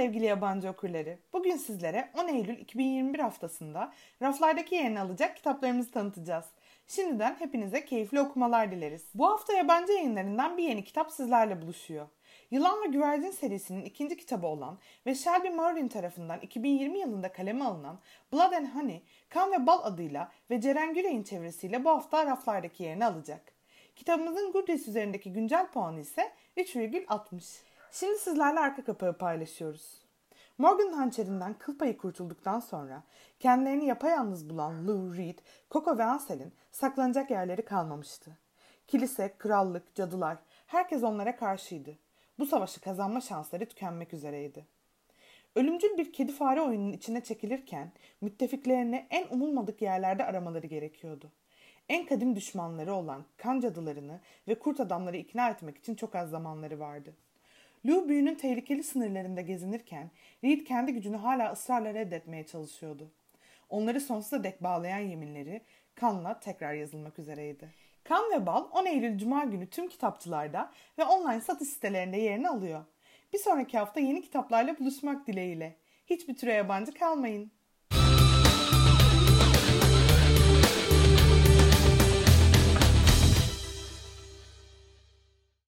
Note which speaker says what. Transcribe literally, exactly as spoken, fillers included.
Speaker 1: sevgili yabancı okurları. Bugün sizlere on Eylül iki bin yirmi bir haftasında raflardaki yerini alacak kitaplarımızı tanıtacağız. Şimdiden hepinize keyifli okumalar dileriz. Bu hafta yabancı yayınlarından bir yeni kitap sizlerle buluşuyor. Yılan ve Güvercin serisinin ikinci kitabı olan ve Shelby Merlin tarafından iki bin yirmi yılında kaleme alınan Blood and Honey, Kan ve Bal adıyla ve Ceren Gürey'in çevirisiyle bu hafta raflardaki yerini alacak. Kitabımızın Goodreads üzerindeki güncel puanı ise üç virgül altmış. Şimdi sizlerle arka kapağı paylaşıyoruz. Morgan hançerinden kıl payı kurtulduktan sonra kendilerini yapayalnız bulan Lou, Reed, Coco ve Ansel'in saklanacak yerleri kalmamıştı. Kilise, krallık, cadılar, herkes onlara karşıydı. Bu savaşı kazanma şansları tükenmek üzereydi. Ölümcül bir kedi fare oyununun içine çekilirken müttefiklerini en umulmadık yerlerde aramaları gerekiyordu. En kadim düşmanları olan kan cadılarını ve kurt adamları ikna etmek için çok az zamanları vardı. Lou büyünün tehlikeli sınırlarında gezinirken Reed kendi gücünü hala ısrarla reddetmeye çalışıyordu. Onları sonsuza dek bağlayan yeminleri kanla tekrar yazılmak üzereydi. Kan ve Bal on Eylül Cuma günü tüm kitapçılarda ve online satış sitelerinde yerini alıyor. Bir sonraki hafta yeni kitaplarla buluşmak dileğiyle. Hiçbir türe yabancı kalmayın.